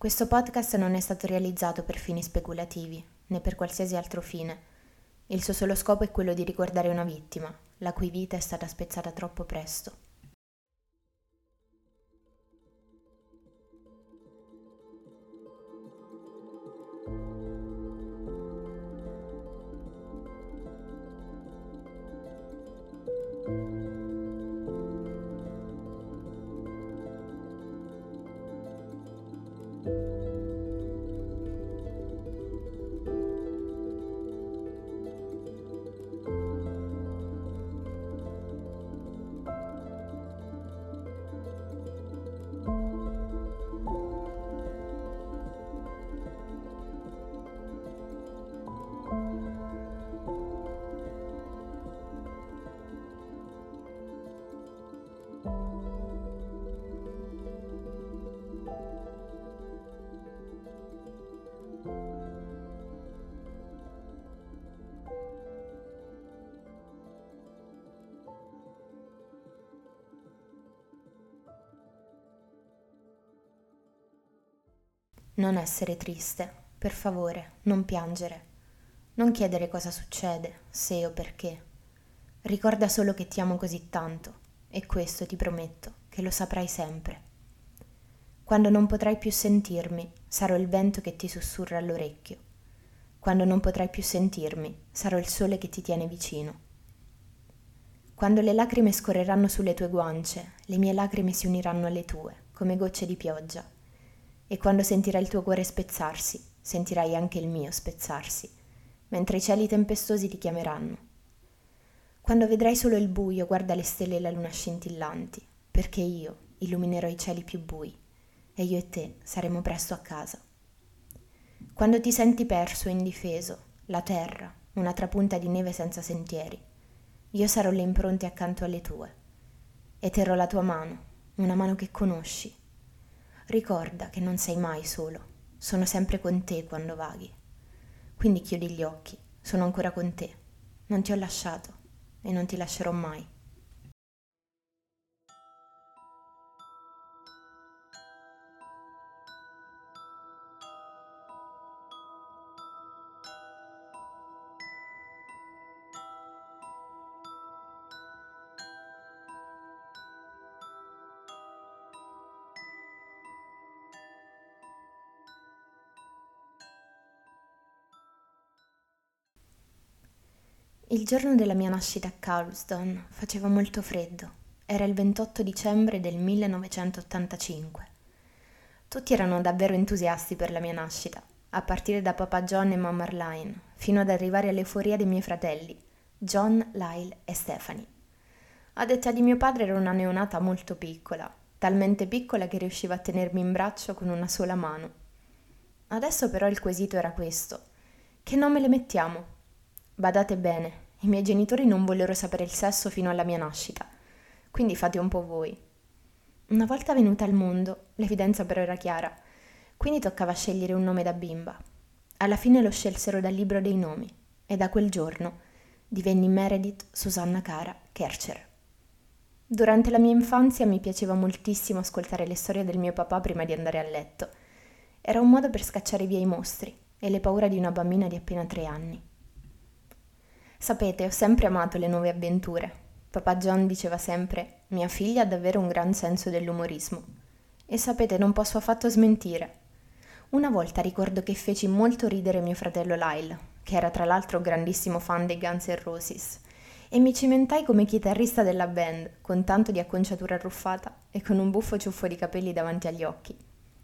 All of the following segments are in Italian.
Questo podcast non è stato realizzato per fini speculativi, né per qualsiasi altro fine. Il suo solo scopo è quello di ricordare una vittima, la cui vita è stata spezzata troppo presto. Non essere triste, per favore, non piangere. Non chiedere cosa succede, se o perché. Ricorda solo che ti amo così tanto, e questo ti prometto che lo saprai sempre. Quando non potrai più sentirmi, sarò il vento che ti sussurra all'orecchio. Quando non potrai più sentirmi, sarò il sole che ti tiene vicino. Quando le lacrime scorreranno sulle tue guance, le mie lacrime si uniranno alle tue, come gocce di pioggia. E quando sentirai il tuo cuore spezzarsi, sentirai anche il mio spezzarsi, mentre i cieli tempestosi ti chiameranno. Quando vedrai solo il buio, guarda le stelle e la luna scintillanti, perché io illuminerò i cieli più bui, e io e te saremo presto a casa. Quando ti senti perso e indifeso, la terra, una trapunta di neve senza sentieri, io sarò le impronte accanto alle tue, e terrò la tua mano, una mano che conosci. Ricorda che non sei mai solo, sono sempre con te quando vaghi. Quindi chiudi gli occhi, sono ancora con te, non ti ho lasciato e non ti lascerò mai. Il giorno della mia nascita a Carlston faceva molto freddo. Era il 28 dicembre del 1985. Tutti erano davvero entusiasti per la mia nascita, a partire da papà John e mamma Arlene, fino ad arrivare all'euforia dei miei fratelli, John, Lyle e Stephanie. A detta di mio padre ero una neonata molto piccola, talmente piccola che riusciva a tenermi in braccio con una sola mano. Adesso però il quesito era questo: che nome le mettiamo? Badate bene, i miei genitori non vollero sapere il sesso fino alla mia nascita, quindi fate un po' voi. Una volta venuta al mondo, l'evidenza però era chiara, quindi toccava scegliere un nome da bimba. Alla fine lo scelsero dal libro dei nomi, e da quel giorno divenni Meredith Susanna Cara Kercher. Durante la mia infanzia mi piaceva moltissimo ascoltare le storie del mio papà prima di andare a letto. Era un modo per scacciare via i mostri e le paure di una bambina di appena 3 anni. Sapete, ho sempre amato le nuove avventure. Papà John diceva sempre: mia figlia ha davvero un gran senso dell'umorismo. E sapete, non posso affatto smentire. Una volta ricordo che feci molto ridere mio fratello Lyle, che era tra l'altro grandissimo fan dei Guns N' Roses, e mi cimentai come chitarrista della band, con tanto di acconciatura arruffata e con un buffo ciuffo di capelli davanti agli occhi.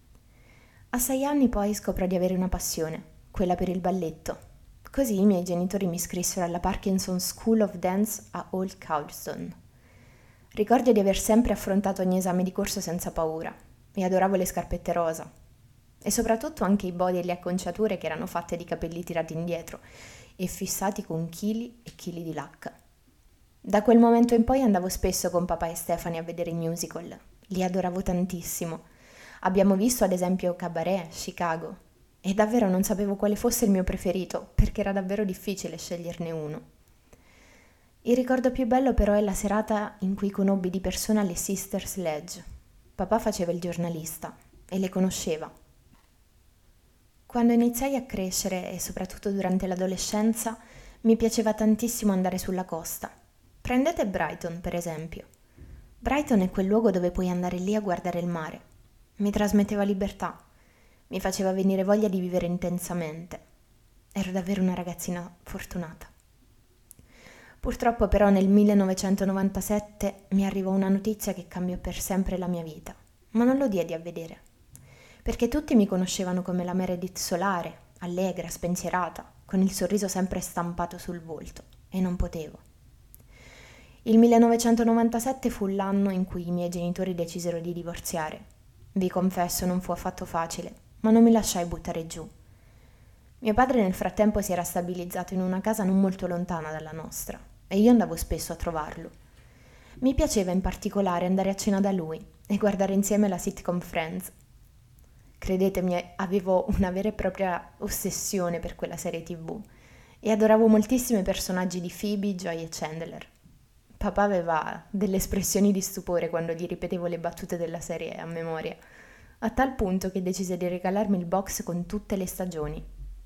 A 6 anni poi scopro di avere una passione, quella per il balletto. Così i miei genitori mi iscrissero alla Parkinson School of Dance a Old Carlston. Ricordo di aver sempre affrontato ogni esame di corso senza paura e adoravo le scarpette rosa e soprattutto anche i body e le acconciature che erano fatte di capelli tirati indietro e fissati con chili e chili di lacca. Da quel momento in poi andavo spesso con papà e Stephanie a vedere i musical. Li adoravo tantissimo. Abbiamo visto ad esempio Cabaret, Chicago. E davvero non sapevo quale fosse il mio preferito, perché era davvero difficile sceglierne uno. Il ricordo più bello però è la serata in cui conobbi di persona le Sister Sledge. Papà faceva il giornalista e le conosceva. Quando iniziai a crescere e soprattutto durante l'adolescenza mi piaceva tantissimo andare sulla costa. Prendete Brighton, per esempio. Brighton è quel luogo dove puoi andare lì a guardare il mare. Mi trasmetteva libertà, mi faceva venire voglia di vivere intensamente. Ero davvero una ragazzina fortunata. Purtroppo però nel 1997 mi arrivò una notizia che cambiò per sempre la mia vita, ma non lo diedi a vedere, perché tutti mi conoscevano come la Meredith solare, allegra, spensierata, con il sorriso sempre stampato sul volto, e non potevo. Il 1997 fu l'anno in cui i miei genitori decisero di divorziare. Vi confesso, non fu affatto facile, ma non mi lasciai buttare giù. Mio padre nel frattempo si era stabilizzato in una casa non molto lontana dalla nostra e io andavo spesso a trovarlo. Mi piaceva in particolare andare a cena da lui e guardare insieme la sitcom Friends. Credetemi, avevo una vera e propria ossessione per quella serie TV e adoravo moltissimo i personaggi di Phoebe, Joy e Chandler. Papà aveva delle espressioni di stupore quando gli ripetevo le battute della serie a memoria, a tal punto che decise di regalarmi il box con tutte le stagioni.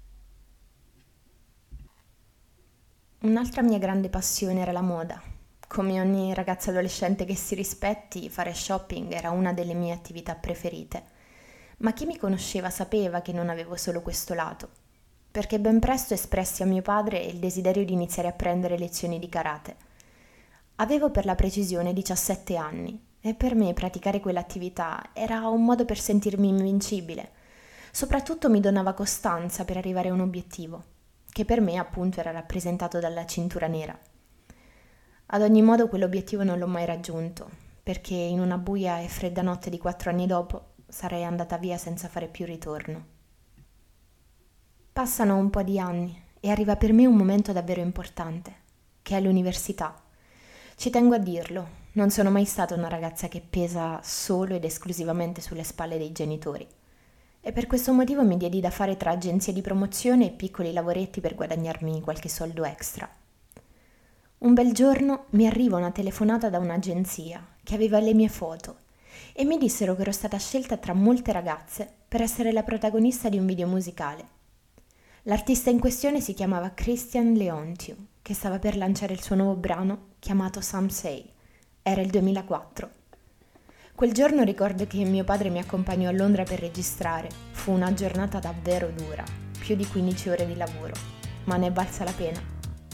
Un'altra mia grande passione era la moda. Come ogni ragazza adolescente che si rispetti, fare shopping era una delle mie attività preferite. Ma chi mi conosceva sapeva che non avevo solo questo lato, perché ben presto espressi a mio padre il desiderio di iniziare a prendere lezioni di karate. Avevo per la precisione 17 anni e per me praticare quell'attività era un modo per sentirmi invincibile. Soprattutto mi donava costanza per arrivare a un obiettivo, che per me appunto era rappresentato dalla cintura nera. Ad ogni modo quell'obiettivo non l'ho mai raggiunto, perché in una buia e fredda notte di 4 anni dopo sarei andata via senza fare più ritorno. Passano un po' di anni e arriva per me un momento davvero importante, che è l'università. Ci tengo a dirlo, non sono mai stata una ragazza che pesa solo ed esclusivamente sulle spalle dei genitori. E per questo motivo mi diedi da fare tra agenzie di promozione e piccoli lavoretti per guadagnarmi qualche soldo extra. Un bel giorno mi arriva una telefonata da un'agenzia che aveva le mie foto e mi dissero che ero stata scelta tra molte ragazze per essere la protagonista di un video musicale. L'artista in questione si chiamava Christian Leontiu, che stava per lanciare il suo nuovo brano chiamato Some Say. Era il 2004. Quel giorno ricordo che mio padre mi accompagnò a Londra per registrare. Fu una giornata davvero dura, più di 15 ore di lavoro, ma ne è valsa la pena.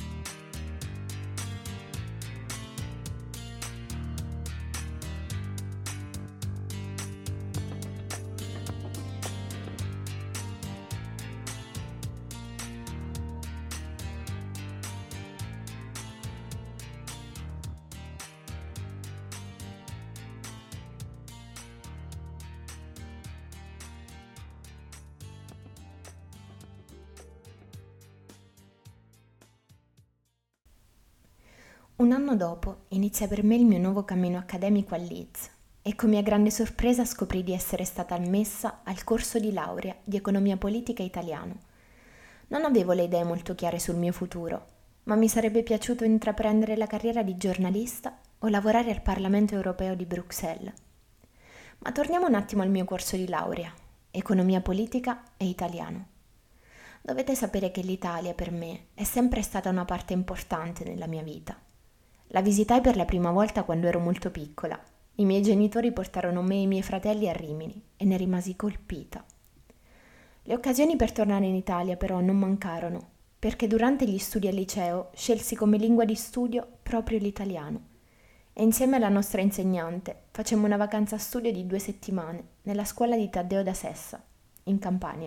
Un anno dopo inizia per me il mio nuovo cammino accademico a Leeds e con mia grande sorpresa scoprì di essere stata ammessa al corso di laurea di economia politica italiano. Non avevo le idee molto chiare sul mio futuro, ma mi sarebbe piaciuto intraprendere la carriera di giornalista o lavorare al Parlamento europeo di Bruxelles. Ma torniamo un attimo al mio corso di laurea, economia politica e italiano. Dovete sapere che l'Italia per me è sempre stata una parte importante nella mia vita. La visitai per la prima volta quando ero molto piccola. I miei genitori portarono me e i miei fratelli a Rimini e ne rimasi colpita. Le occasioni per tornare in Italia però non mancarono, perché durante gli studi al liceo scelsi come lingua di studio proprio l'italiano e insieme alla nostra insegnante facemmo una vacanza studio di 2 settimane nella scuola di Taddeo da Sessa, in Campania.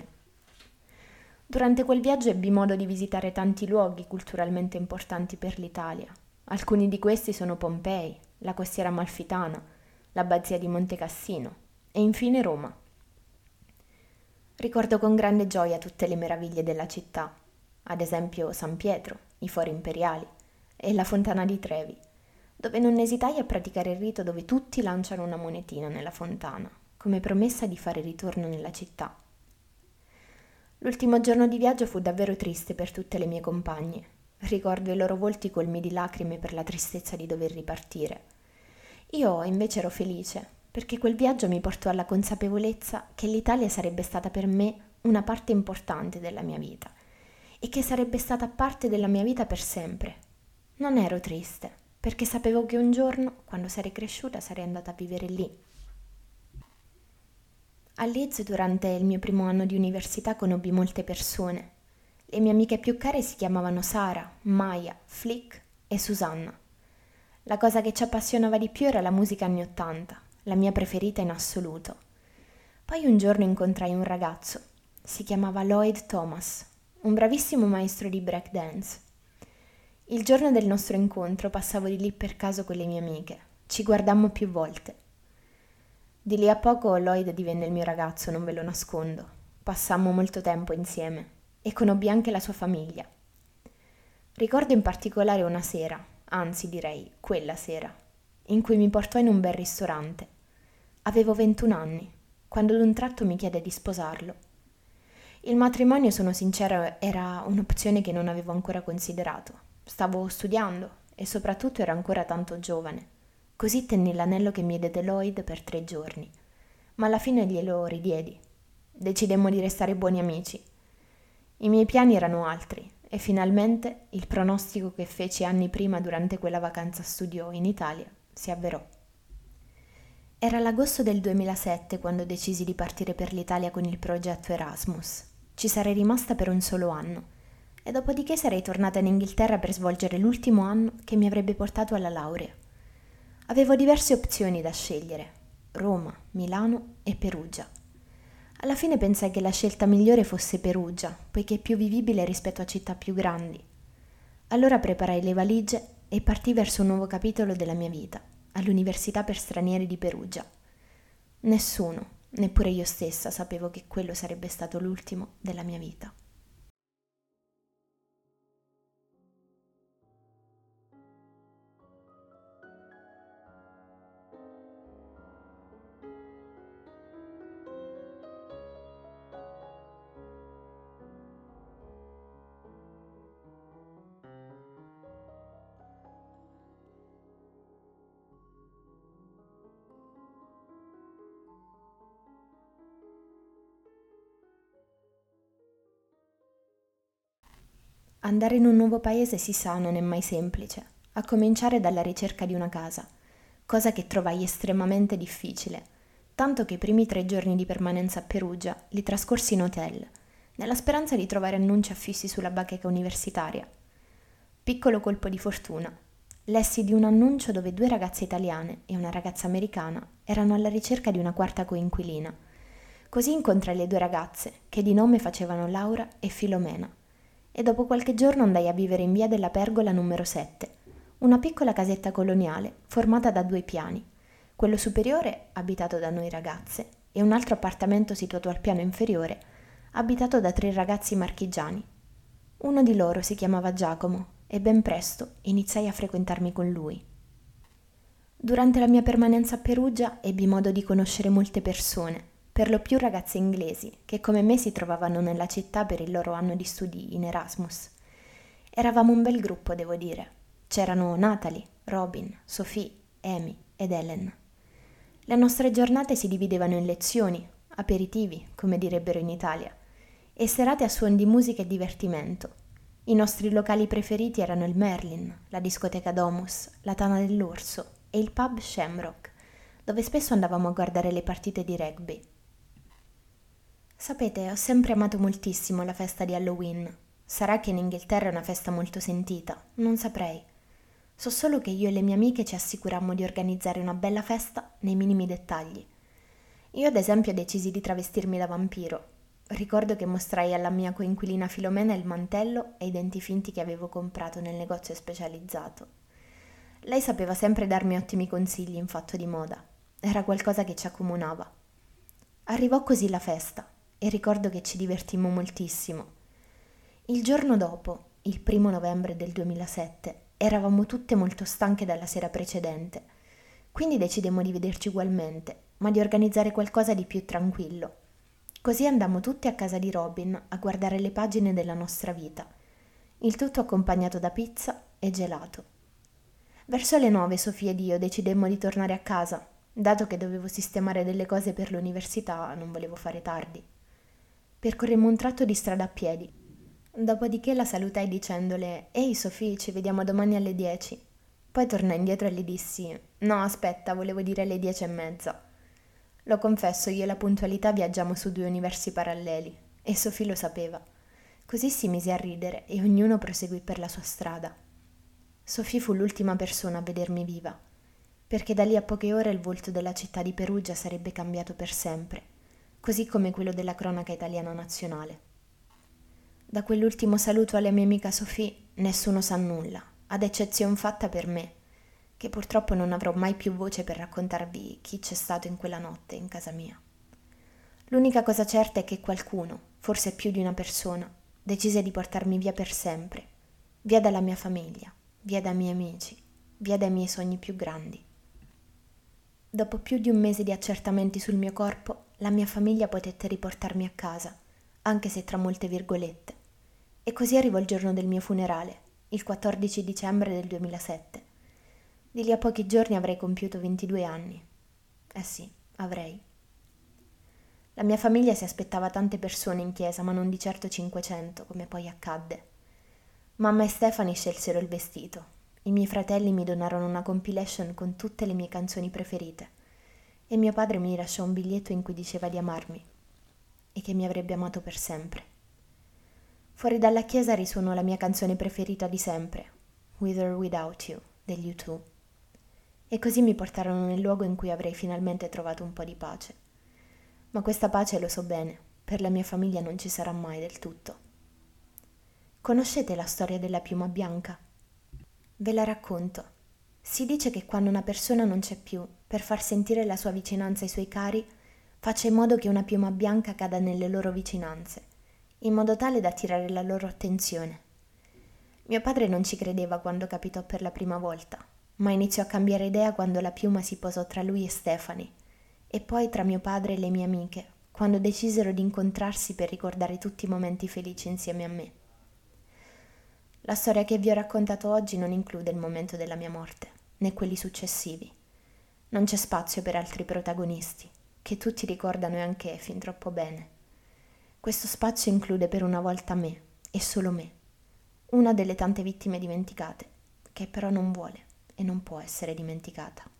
Durante quel viaggio ebbi modo di visitare tanti luoghi culturalmente importanti per l'Italia. Alcuni di questi sono Pompei, la costiera amalfitana, l'abbazia di Monte Cassino e infine Roma. Ricordo con grande gioia tutte le meraviglie della città, ad esempio San Pietro, i Fori Imperiali e la Fontana di Trevi, dove non esitai a praticare il rito dove tutti lanciano una monetina nella fontana, come promessa di fare ritorno nella città. L'ultimo giorno di viaggio fu davvero triste per tutte le mie compagne. Ricordo i loro volti colmi di lacrime per la tristezza di dover ripartire. Io invece ero felice, perché quel viaggio mi portò alla consapevolezza che l'Italia sarebbe stata per me una parte importante della mia vita e che sarebbe stata parte della mia vita per sempre. Non ero triste, perché sapevo che un giorno, quando sarei cresciuta, sarei andata a vivere lì. A Leeds, durante il mio primo anno di università, conobbi molte persone. Le mie amiche più care si chiamavano Sara, Maya, Flick e Susanna. La cosa che ci appassionava di più era la musica anni '80, la mia preferita in assoluto. Poi un giorno incontrai un ragazzo. Si chiamava Lloyd Thomas, un bravissimo maestro di breakdance. Il giorno del nostro incontro passavo di lì per caso con le mie amiche. Ci guardammo più volte. Di lì a poco Lloyd divenne il mio ragazzo, non ve lo nascondo. Passammo molto tempo insieme e conobbi anche la sua famiglia. Ricordo in particolare una sera, anzi direi quella sera, in cui mi portò in un bel ristorante. Avevo 21 anni, quando ad un tratto mi chiede di sposarlo. Il matrimonio, sono sincera, era un'opzione che non avevo ancora considerato. Stavo studiando e soprattutto ero ancora tanto giovane. Così tenni l'anello che mi diede Lloyd per 3 giorni, ma alla fine glielo ridiedi. Decidemmo di restare buoni amici. I miei piani erano altri e finalmente il pronostico che feci anni prima durante quella vacanza studio in Italia si avverò. Era l'agosto del 2007 quando decisi di partire per l'Italia con il progetto Erasmus. Ci sarei rimasta per un solo anno e dopodiché sarei tornata in Inghilterra per svolgere l'ultimo anno che mi avrebbe portato alla laurea. Avevo diverse opzioni da scegliere: Roma, Milano e Perugia. Alla fine pensai che la scelta migliore fosse Perugia, poiché è più vivibile rispetto a città più grandi. Allora preparai le valigie e partii verso un nuovo capitolo della mia vita, all'Università per Stranieri di Perugia. Nessuno, neppure io stessa, sapevo che quello sarebbe stato l'ultimo della mia vita. Andare in un nuovo paese, si sa, non è mai semplice, a cominciare dalla ricerca di una casa, cosa che trovai estremamente difficile, tanto che i primi 3 giorni di permanenza a Perugia li trascorsi in hotel, nella speranza di trovare annunci affissi sulla bacheca universitaria. Piccolo colpo di fortuna. Lessi di un annuncio dove 2 ragazze italiane e una ragazza americana erano alla ricerca di una quarta coinquilina. Così incontrai le 2 ragazze, che di nome facevano Laura e Filomena, e dopo qualche giorno andai a vivere in via della Pergola numero 7, una piccola casetta coloniale formata da 2 piani, quello superiore abitato da noi ragazze e un altro appartamento situato al piano inferiore abitato da 3 ragazzi marchigiani. Uno di loro si chiamava Giacomo e ben presto iniziai a frequentarmi con lui. Durante la mia permanenza a Perugia ebbi modo di conoscere molte persone, per lo più ragazze inglesi, che come me si trovavano nella città per il loro anno di studi in Erasmus. Eravamo un bel gruppo, devo dire. C'erano Natalie, Robin, Sophie, Amy ed Ellen. Le nostre giornate si dividevano in lezioni, aperitivi, come direbbero in Italia, e serate a suon di musica e divertimento. I nostri locali preferiti erano il Merlin, la discoteca Domus, la Tana dell'Orso e il pub Shamrock, dove spesso andavamo a guardare le partite di rugby. Sapete, ho sempre amato moltissimo la festa di Halloween. Sarà che in Inghilterra è una festa molto sentita, non saprei. So solo che io e le mie amiche ci assicurammo di organizzare una bella festa nei minimi dettagli. Io ad esempio decisi di travestirmi da vampiro. Ricordo che mostrai alla mia coinquilina Filomena il mantello e i denti finti che avevo comprato nel negozio specializzato. Lei sapeva sempre darmi ottimi consigli in fatto di moda. Era qualcosa che ci accomunava. Arrivò così la festa e ricordo che ci divertimmo moltissimo. Il giorno dopo, il 1° novembre del 2007, eravamo tutte molto stanche dalla sera precedente, quindi decidemmo di vederci ugualmente, ma di organizzare qualcosa di più tranquillo. Così andammo tutti a casa di Robin a guardare le pagine della nostra vita, il tutto accompagnato da pizza e gelato. Verso le 9 Sofia ed io decidemmo di tornare a casa, dato che dovevo sistemare delle cose per l'università, non volevo fare tardi. Percorremmo un tratto di strada a piedi. Dopodiché la salutai dicendole «Ehi Sofì, ci vediamo domani alle 10». Poi tornai indietro e le dissi «No, aspetta, volevo dire alle 10:30». Lo confesso, io e la puntualità viaggiamo su due universi paralleli, e Sofì lo sapeva. Così si mise a ridere e ognuno proseguì per la sua strada. Sofì fu l'ultima persona a vedermi viva, perché da lì a poche ore il volto della città di Perugia sarebbe cambiato per sempre, così come quello della cronaca italiana nazionale. Da quell'ultimo saluto alla mia amica Sofì nessuno sa nulla, ad eccezione fatta per me, che purtroppo non avrò mai più voce per raccontarvi chi c'è stato in quella notte in casa mia. L'unica cosa certa è che qualcuno, forse più di una persona, decise di portarmi via per sempre, via dalla mia famiglia, via dai miei amici, via dai miei sogni più grandi. Dopo più di un mese di accertamenti sul mio corpo, la mia famiglia potette riportarmi a casa, anche se tra molte virgolette. E così arrivò il giorno del mio funerale, il 14 dicembre del 2007. Di lì a pochi giorni avrei compiuto 22 anni. Eh sì, avrei. La mia famiglia si aspettava tante persone in chiesa, ma non di certo 500, come poi accadde. Mamma e Stefani scelsero il vestito. I miei fratelli mi donarono una compilation con tutte le mie canzoni preferite. E mio padre mi lasciò un biglietto in cui diceva di amarmi e che mi avrebbe amato per sempre. Fuori dalla chiesa risuonò la mia canzone preferita di sempre, With or Without You, degli U2. E così mi portarono nel luogo in cui avrei finalmente trovato un po' di pace. Ma questa pace, lo so bene, per la mia famiglia non ci sarà mai del tutto. Conoscete la storia della piuma bianca? Ve la racconto. Si dice che quando una persona non c'è più, per far sentire la sua vicinanza ai suoi cari, faccia in modo che una piuma bianca cada nelle loro vicinanze, in modo tale da attirare la loro attenzione. Mio padre non ci credeva quando capitò per la prima volta, ma iniziò a cambiare idea quando la piuma si posò tra lui e Stefani, e poi tra mio padre e le mie amiche, quando decisero di incontrarsi per ricordare tutti i momenti felici insieme a me. La storia che vi ho raccontato oggi non include il momento della mia morte, né quelli successivi. Non c'è spazio per altri protagonisti, che tutti ricordano e anche fin troppo bene. Questo spazio include per una volta me, e solo me, una delle tante vittime dimenticate, che però non vuole e non può essere dimenticata.